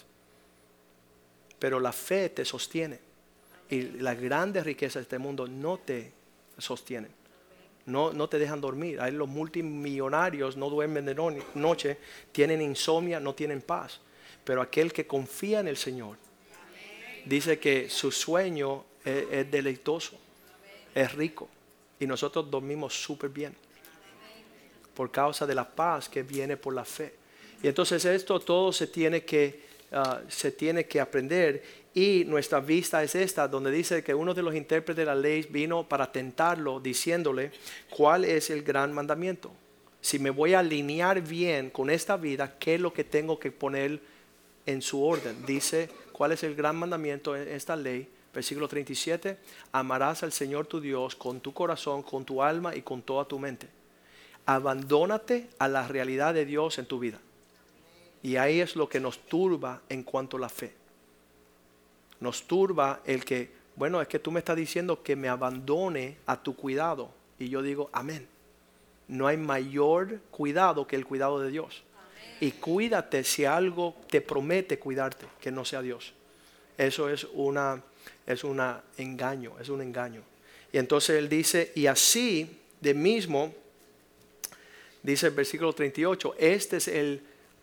Pero la fe te sostiene y las grandes riquezas de este mundo no te sostienen. no te dejan dormir. Ahí los multimillonarios no duermen de noche, tienen insomnio, no tienen paz. Pero aquel que confía en el Señor, dice que su sueño es deleitoso, es rico. Y nosotros dormimos súper bien por causa de la paz que viene por la fe. Y entonces esto todo se tiene que aprender. Y nuestra vista es esta, donde dice que uno de los intérpretes de la ley vino para tentarlo, diciéndole cuál es el gran mandamiento. Si me voy a alinear bien con esta vida, ¿qué es lo que tengo que poner en su orden? Dice, ¿cuál es el gran mandamiento en esta ley? Versículo 37, amarás al Señor tu Dios con tu corazón, con tu alma y con toda tu mente. Abandónate a la realidad de Dios en tu vida. Y ahí es lo que nos turba en cuanto a la fe. Nos turba el que, bueno, es que tú me estás diciendo que me abandone a tu cuidado. Y yo digo, amén. No hay mayor cuidado que el cuidado de Dios. Amén. Y cuídate si algo te promete cuidarte, que no sea Dios. Eso es un engaño. Y entonces él dice, y así de mismo, dice el versículo 38, este es el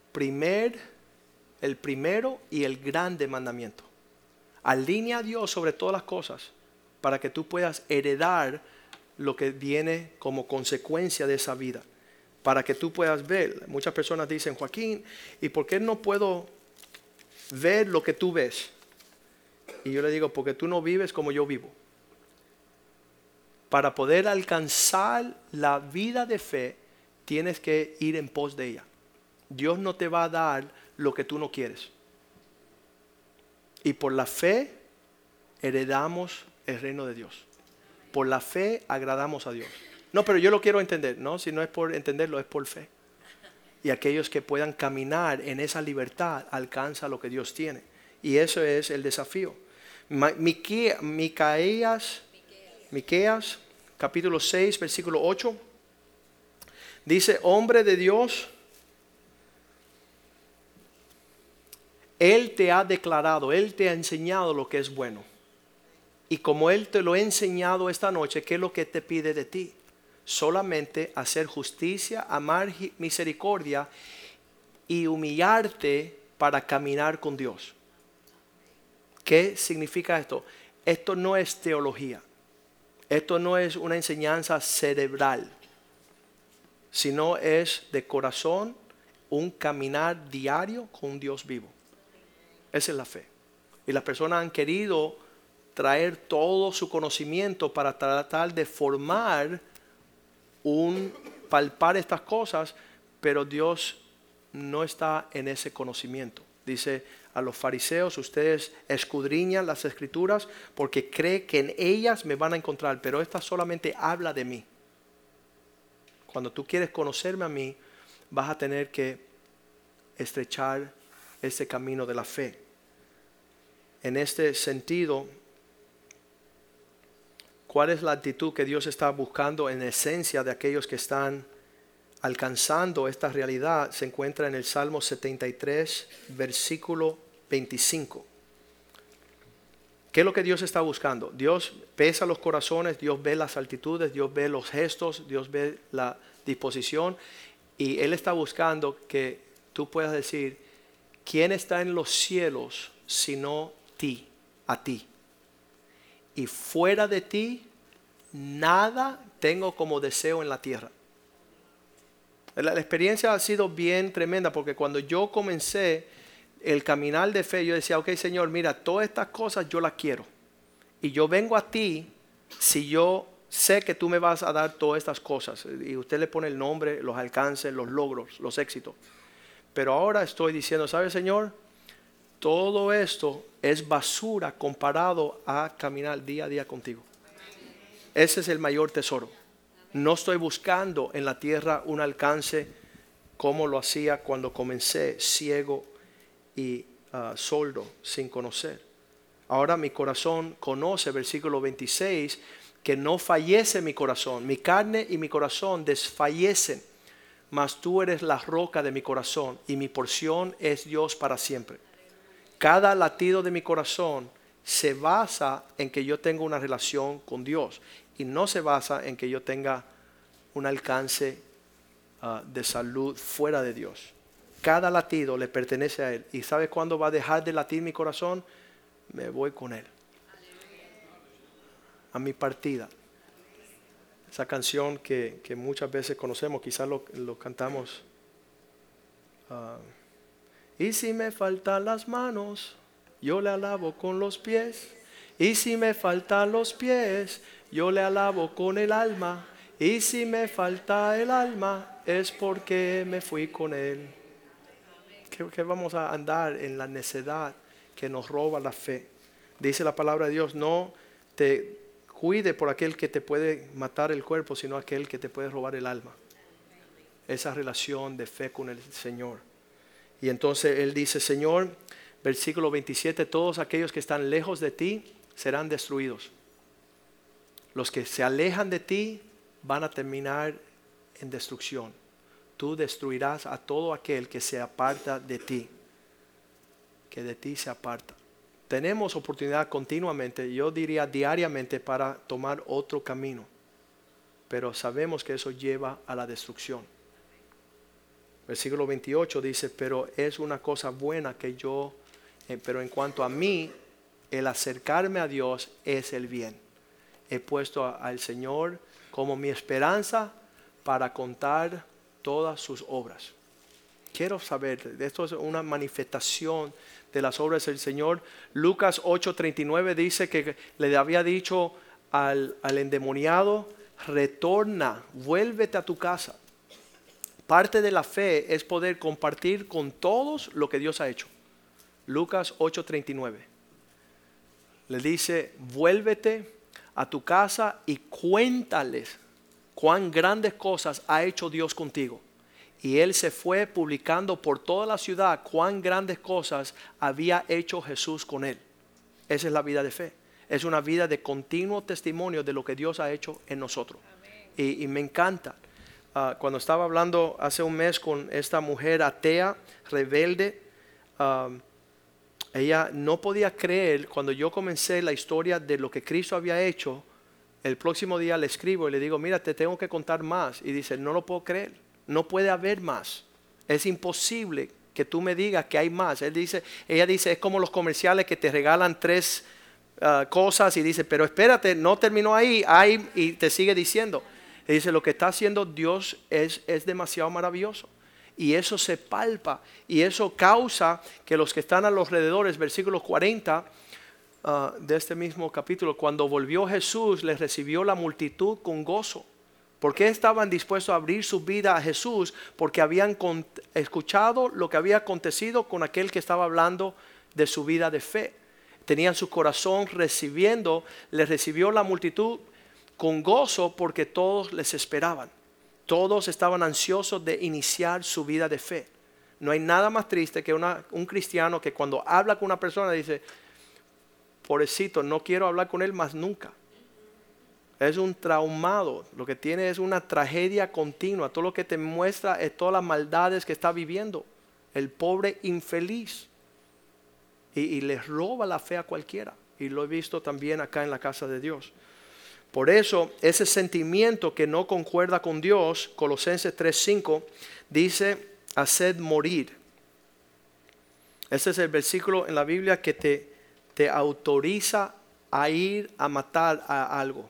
primero y el grande mandamiento. Alinea a Dios sobre todas las cosas para que tú puedas heredar lo que viene como consecuencia de esa vida. Para que tú puedas ver. Muchas personas dicen, Joaquín, ¿y por qué no puedo ver lo que tú ves? Y yo le digo, porque tú no vives como yo vivo. Para poder alcanzar la vida de fe, tienes que ir en pos de ella. Dios no te va a dar lo que tú no quieres. Y por la fe heredamos el reino de Dios. Por la fe agradamos a Dios. No, pero yo lo quiero entender. No, si no es por entenderlo, es por fe. Y aquellos que puedan caminar en esa libertad alcanzan lo que Dios tiene. Y eso es el desafío. Miqueas capítulo 6 versículo 8 dice, hombre de Dios, Él te ha declarado, Él te ha enseñado lo que es bueno. Y como Él te lo ha enseñado esta noche, ¿qué es lo que te pide de ti? Solamente hacer justicia, amar misericordia y humillarte para caminar con Dios. ¿Qué significa esto? Esto no es teología. Esto no es una enseñanza cerebral, sino es de corazón un caminar diario con un Dios vivo. Esa es la fe. Y las personas han querido traer todo su conocimiento para tratar de palpar estas cosas, pero Dios no está en ese conocimiento. Dice a los fariseos, ustedes escudriñan las escrituras porque creen que en ellas me van a encontrar, pero esta solamente habla de mí. Cuando tú quieres conocerme a mí, vas a tener que estrechar este camino de la fe. En este sentido, ¿cuál es la actitud que Dios está buscando en esencia de aquellos que están alcanzando esta realidad? Se encuentra en el Salmo 73, versículo 25. ¿Qué es lo que Dios está buscando? Dios pesa los corazones, Dios ve las altitudes, Dios ve los gestos, Dios ve la disposición. Y Él está buscando que tú puedas decir, ¿quién está en los cielos sino a ti? Y fuera de ti, nada tengo como deseo en la tierra. La experiencia ha sido bien tremenda, porque cuando yo comencé el caminar de fe, yo decía, ok Señor, mira, todas estas cosas yo las quiero. Y yo vengo a ti si yo sé que tú me vas a dar todas estas cosas. Y usted le pone el nombre, los alcances, los logros, los éxitos. Pero ahora estoy diciendo, ¿sabe Señor? Todo esto es basura comparado a caminar día a día contigo. Ese es el mayor tesoro. No estoy buscando en la tierra un alcance como lo hacía cuando comencé, ciego y sordo, sin conocer. Ahora mi corazón conoce, versículo 26, que no fallece mi corazón. Mi carne y mi corazón desfallecen, mas tú eres la roca de mi corazón y mi porción es Dios para siempre. Cada latido de mi corazón se basa en que yo tenga una relación con Dios y no se basa en que yo tenga un alcance de salud fuera de Dios. Cada latido le pertenece a Él. ¿Y sabes cuándo va a dejar de latir mi corazón? Me voy con Él. A mi partida. Esa canción que muchas veces conocemos, quizás lo cantamos. Y si me faltan las manos, yo le alabo con los pies. Y si me faltan los pies, yo le alabo con el alma. Y si me falta el alma, es porque me fui con Él. ¿Qué vamos a andar en la necedad que nos roba la fe? Dice la palabra de Dios, no te cuide por aquel que te puede matar el cuerpo, sino aquel que te puede robar el alma. Esa relación de fe con el Señor. Y entonces Él dice, Señor, versículo 27, todos aquellos que están lejos de ti serán destruidos. Los que se alejan de ti van a terminar en destrucción. Tú destruirás a todo aquel que se aparta de ti, que de ti se aparta. Tenemos oportunidad continuamente, yo diría diariamente, para tomar otro camino, pero sabemos que eso lleva a la destrucción. Versículo 28 dice, pero es una cosa buena que pero en cuanto a mí, el acercarme a Dios es el bien. He puesto al Señor como mi esperanza para contar todas sus obras. Quiero saber, esto es una manifestación de las obras del Señor. Lucas 8:39 dice que le había dicho al endemoniado, retorna, vuélvete a tu casa. Parte de la fe es poder compartir con todos lo que Dios ha hecho. Lucas 8:39. Le dice, vuélvete a tu casa y cuéntales cuán grandes cosas ha hecho Dios contigo. Y él se fue publicando por toda la ciudad cuán grandes cosas había hecho Jesús con él. Esa es la vida de fe. Es una vida de continuo testimonio de lo que Dios ha hecho en nosotros. Y me encanta. Cuando estaba hablando hace un mes con esta mujer atea, rebelde, ella no podía creer cuando yo comencé la historia de lo que Cristo había hecho. El próximo día le escribo y le digo, mira, te tengo que contar más. Y dice, no lo puedo creer, no puede haber más. Es imposible que tú me digas que hay más. Ella dice, es como los comerciales que te regalan 3 cosas y dice, pero espérate, no terminó ahí, hay, y te sigue diciendo. Y dice, lo que está haciendo Dios es demasiado maravilloso. Y eso se palpa y eso causa que los que están a los alrededores, versículo 40 de este mismo capítulo, cuando volvió Jesús, les recibió la multitud con gozo. ¿Por qué estaban dispuestos a abrir su vida a Jesús? Porque habían escuchado lo que había acontecido con aquel que estaba hablando de su vida de fe. Tenían su corazón recibiendo, les recibió la multitud con gozo porque todos les esperaban. Todos estaban ansiosos de iniciar su vida de fe. No hay nada más triste que un cristiano que cuando habla con una persona dice, pobrecito, no quiero hablar con él más nunca. Es un traumado, lo que tiene es una tragedia continua. Todo lo que te muestra es todas las maldades que está viviendo el pobre infeliz. Y les roba la fe a cualquiera. Y lo he visto también acá en la casa de Dios. Por eso, ese sentimiento que no concuerda con Dios, Colosenses 3:5, dice, haced morir. Ese es el versículo en la Biblia que te autoriza a ir a matar a algo.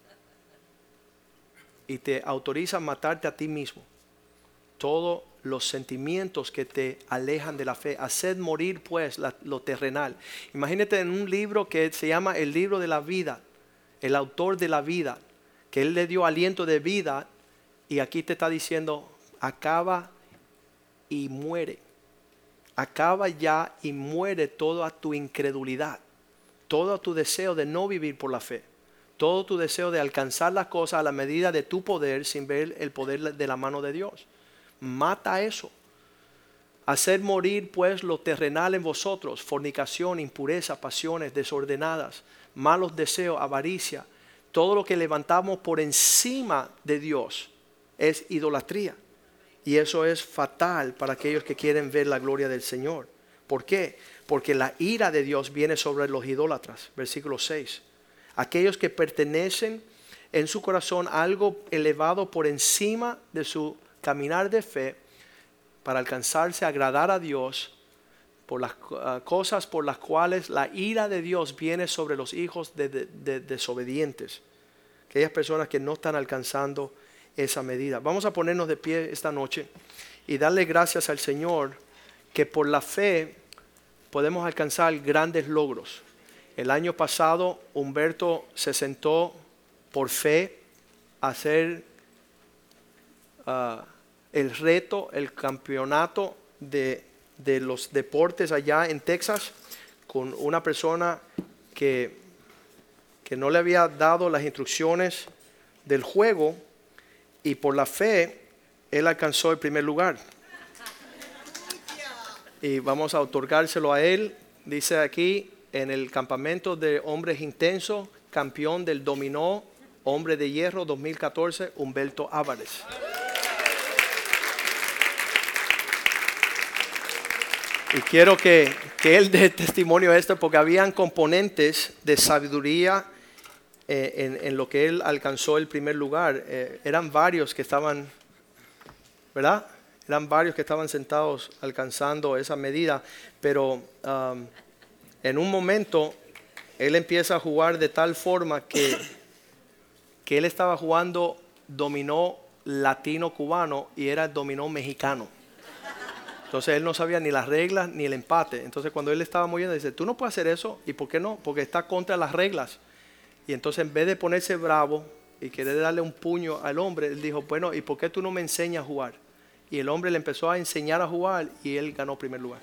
Y te autoriza a matarte a ti mismo. Todos los sentimientos que te alejan de la fe. Haced morir pues lo terrenal. Imagínate en un libro que se llama el libro de la vida. El autor de la vida, que Él le dio aliento de vida, y aquí te está diciendo, acaba y muere. Acaba ya y muere toda tu incredulidad, todo tu deseo de no vivir por la fe, todo tu deseo de alcanzar las cosas a la medida de tu poder sin ver el poder de la mano de Dios. Mata eso. Hacer morir pues lo terrenal en vosotros, fornicación, impureza, pasiones desordenadas, malos deseos, avaricia. Todo lo que levantamos por encima de Dios es idolatría. Y eso es fatal para aquellos que quieren ver la gloria del Señor. ¿Por qué? Porque la ira de Dios viene sobre los idólatras. Versículo 6. Aquellos que pertenecen en su corazón algo elevado por encima de su caminar de fe para alcanzarse a agradar a Dios por las cosas por las cuales la ira de Dios viene sobre los hijos de desobedientes, aquellas personas que no están alcanzando esa medida. Vamos a ponernos de pie esta noche y darle gracias al Señor que por la fe podemos alcanzar grandes logros. El año pasado Humberto se sentó por fe a hacer el reto, el campeonato de los deportes allá en Texas con una persona que no le había dado las instrucciones del juego, y por la fe él alcanzó el primer lugar. Y vamos a otorgárselo a él. Dice aquí, en el campamento de hombres intensos, campeón del dominó, hombre de hierro 2014, Humberto Álvarez. Y quiero que él dé testimonio de esto, porque habían componentes de sabiduría en lo que él alcanzó el primer lugar. Eran varios que estaban, ¿verdad? Eran varios que estaban sentados alcanzando esa medida, pero en un momento él empieza a jugar de tal forma que él estaba jugando dominó latino-cubano y era dominó mexicano. Entonces él no sabía ni las reglas ni el empate. Entonces cuando él estaba moviendo, dice, tú no puedes hacer eso. ¿Y por qué no? Porque está contra las reglas. Y entonces en vez de ponerse bravo y querer darle un puño al hombre, él dijo, bueno, ¿y por qué tú no me enseñas a jugar? Y el hombre le empezó a enseñar a jugar y él ganó primer lugar.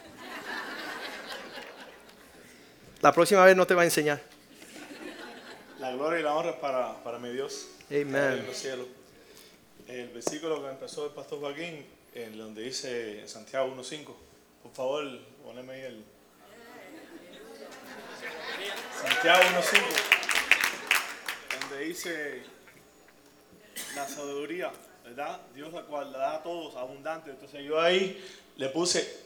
La próxima vez no te va a enseñar. La gloria y la honra es para mi Dios. Amén. En los cielos. El versículo que empezó el pastor Joaquín, en donde dice Santiago 1:5. Por favor, poneme ahí el Santiago 1:5, donde dice la sabiduría, ¿verdad? Dios la cual la da a todos abundante. Entonces yo ahí le puse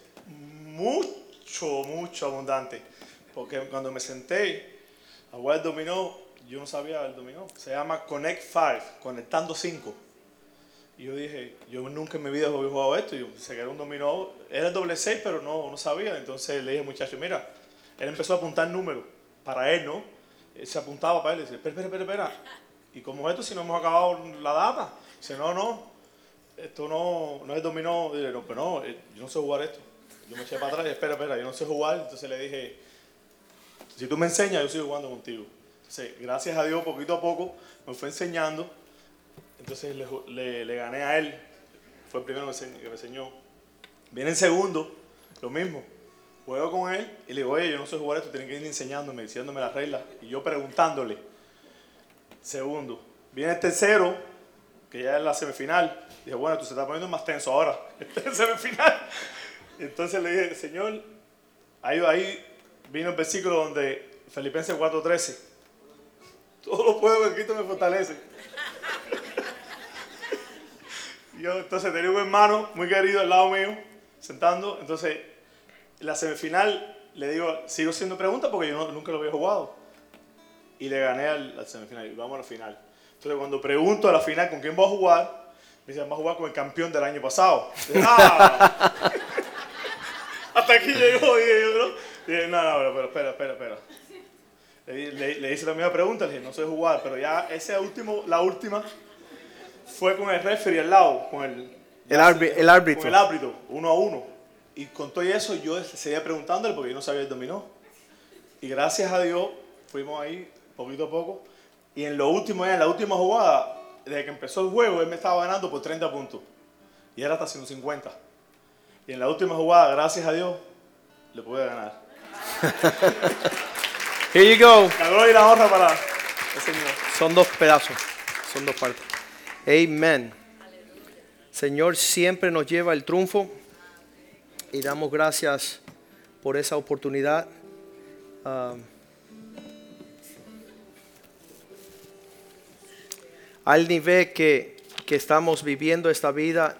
mucho abundante, porque cuando me senté a jugar el dominó, yo no sabía el dominó. Se llama Connect 5, conectando 5. Y yo dije, yo nunca en mi vida había jugado esto. Yo pensé que era un dominó, era el doble 6, pero no sabía. Entonces le dije al muchacho, mira, él empezó a apuntar números para él, ¿no? Él se apuntaba para él, y dice, espera. ¿Y cómo es esto si no hemos acabado la data? Dice, no, esto no es dominó. Dile, no, pero no, yo no sé jugar esto. Yo me eché para atrás y espera, yo no sé jugar. Entonces le dije, si tú me enseñas, yo sigo jugando contigo. Entonces, gracias a Dios, poquito a poco, me fue enseñando. Entonces le gané a él. Fue el primero que me enseñó. Viene el segundo, lo mismo. Juego con él y le digo, oye, yo no sé jugar esto, tienen que ir enseñándome, diciéndome las reglas. Y yo preguntándole. Segundo. Viene el tercero, que ya es la semifinal. Dije, bueno, tú se está poniendo más tenso ahora. Esta es la semifinal. Entonces le dije, Señor, ahí vino el versículo donde Filipenses 4:13. Todo lo puedo que Cristo me fortalece. Yo entonces tenía un hermano muy querido al lado mío, sentando. Entonces, en la semifinal le digo, sigo haciendo preguntas porque yo nunca lo había jugado. Y le gané al semifinal y vamos a la final. Entonces, cuando pregunto a la final con quién voy a jugar, me dicen, vamos a jugar con el campeón del año pasado. Dije, ¡ah! Hasta aquí llegó, dije yo, ¿no? Dije, no, pero espera. Le hice la misma pregunta, le dije, no sé jugar, pero ya la última fue con el referee al lado, con el árbitro. Con el árbitro, 1-1. Y con todo eso yo seguía preguntándole porque yo no sabía el dominó. Y gracias a Dios fuimos ahí poquito a poco. Y en la última jugada, desde que empezó el juego, él me estaba ganando por 30 puntos. Y era hasta 150. Y en la última jugada, gracias a Dios, le pude ganar. Here you go. La gloria y la honra para el Señor. Son dos pedazos, son dos partes. Amén. Señor siempre nos lleva el triunfo y damos gracias por esa oportunidad. Al nivel que estamos viviendo esta vida,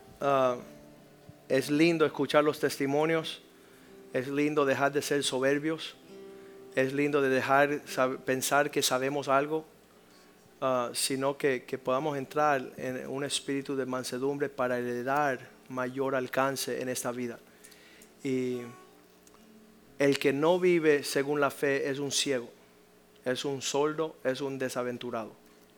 es lindo escuchar los testimonios, es lindo dejar de ser soberbios, es lindo de dejar pensar que sabemos algo. sino que podamos entrar en un espíritu de mansedumbre para heredar mayor alcance en esta vida. Y el que no vive según la fe es un ciego, es un sordo, es un desaventurado.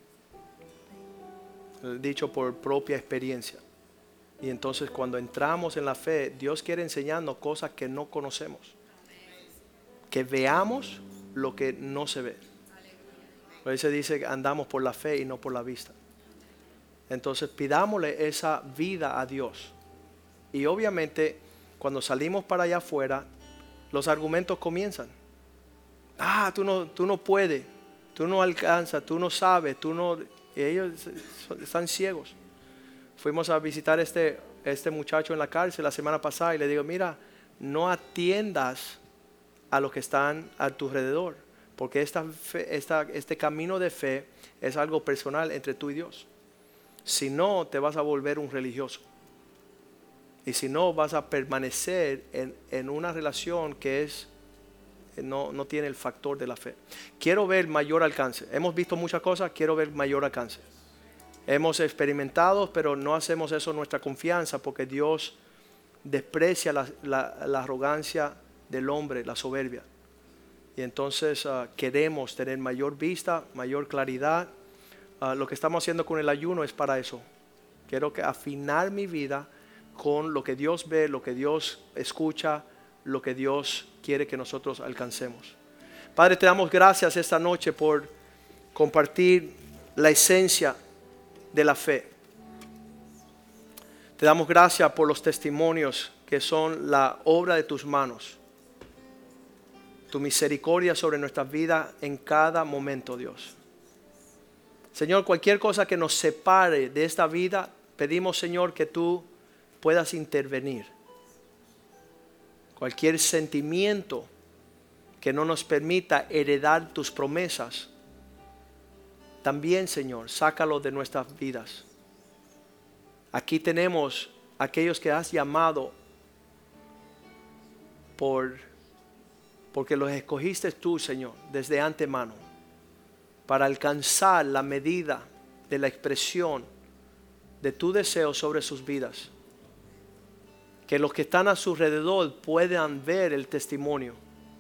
Dicho por propia experiencia. Y entonces cuando entramos en la fe, Dios quiere enseñarnos cosas que no conocemos. Que veamos lo que no se ve. Por eso se dice que andamos por la fe y no por la vista. Entonces pidámosle esa vida a Dios. Y obviamente cuando salimos para allá afuera, los argumentos comienzan. Tú no puedes, tú no alcanzas, tú no sabes, tú no... Y ellos están ciegos. Fuimos a visitar este muchacho en la cárcel la semana pasada y le digo, mira, no atiendas a los que están a tu alrededor, porque este camino de fe es algo personal entre tú y Dios. Si no, te vas a volver un religioso. Y si no, vas a permanecer en una relación que no tiene el factor de la fe. Quiero ver mayor alcance. Hemos visto muchas cosas, quiero ver mayor alcance. Hemos experimentado, pero no hacemos eso en nuestra confianza, porque Dios desprecia la arrogancia del hombre, la soberbia. Y entonces queremos tener mayor vista, mayor claridad. Lo que estamos haciendo con el ayuno es para eso. Quiero afinar mi vida con lo que Dios ve, lo que Dios escucha, lo que Dios quiere que nosotros alcancemos. Padre, te damos gracias esta noche por compartir la esencia de la fe. Te damos gracias por los testimonios que son la obra de tus manos. Tu misericordia sobre nuestras vidas en cada momento, Dios. Señor, cualquier cosa que nos separe de esta vida, pedimos, Señor, que tú puedas intervenir. Cualquier sentimiento que no nos permita heredar tus promesas, también, Señor, sácalo de nuestras vidas. Aquí tenemos aquellos que has llamado porque los escogiste tú, Señor, desde antemano, para alcanzar la medida de la expresión de tu deseo sobre sus vidas. Que los que están a su alrededor puedan ver el testimonio.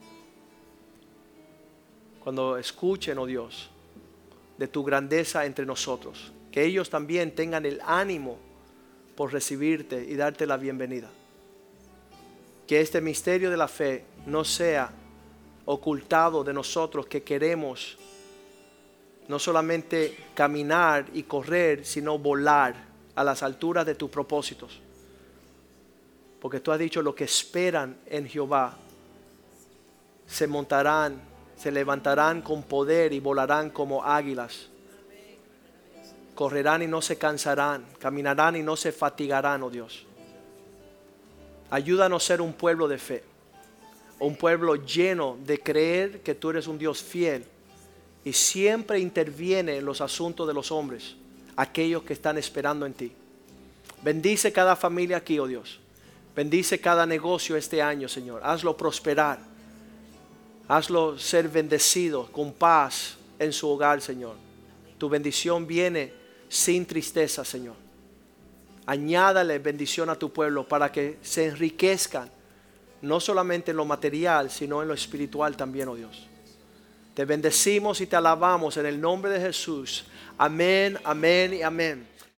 Cuando escuchen, oh Dios, de tu grandeza entre nosotros. Que ellos también tengan el ánimo por recibirte y darte la bienvenida. Que este misterio de la fe no sea ocultado de nosotros, que queremos no solamente caminar y correr, sino volar a las alturas de tus propósitos. Porque tú has dicho, los que esperan en Jehová se montarán, se levantarán con poder y volarán como águilas. Correrán y no se cansarán, caminarán y no se fatigarán, oh Dios. Ayúdanos a ser un pueblo de fe, un pueblo lleno de creer que tú eres un Dios fiel y siempre interviene en los asuntos de los hombres, aquellos que están esperando en ti. Bendice cada familia aquí, oh Dios. Bendice cada negocio este año, Señor. Hazlo prosperar. Hazlo ser bendecido con paz en su hogar, Señor. Tu bendición viene sin tristeza, Señor. Añádale bendición a tu pueblo para que se enriquezcan, no solamente en lo material, sino en lo espiritual también, oh Dios. Te bendecimos y te alabamos en el nombre de Jesús. Amén, amén y amén.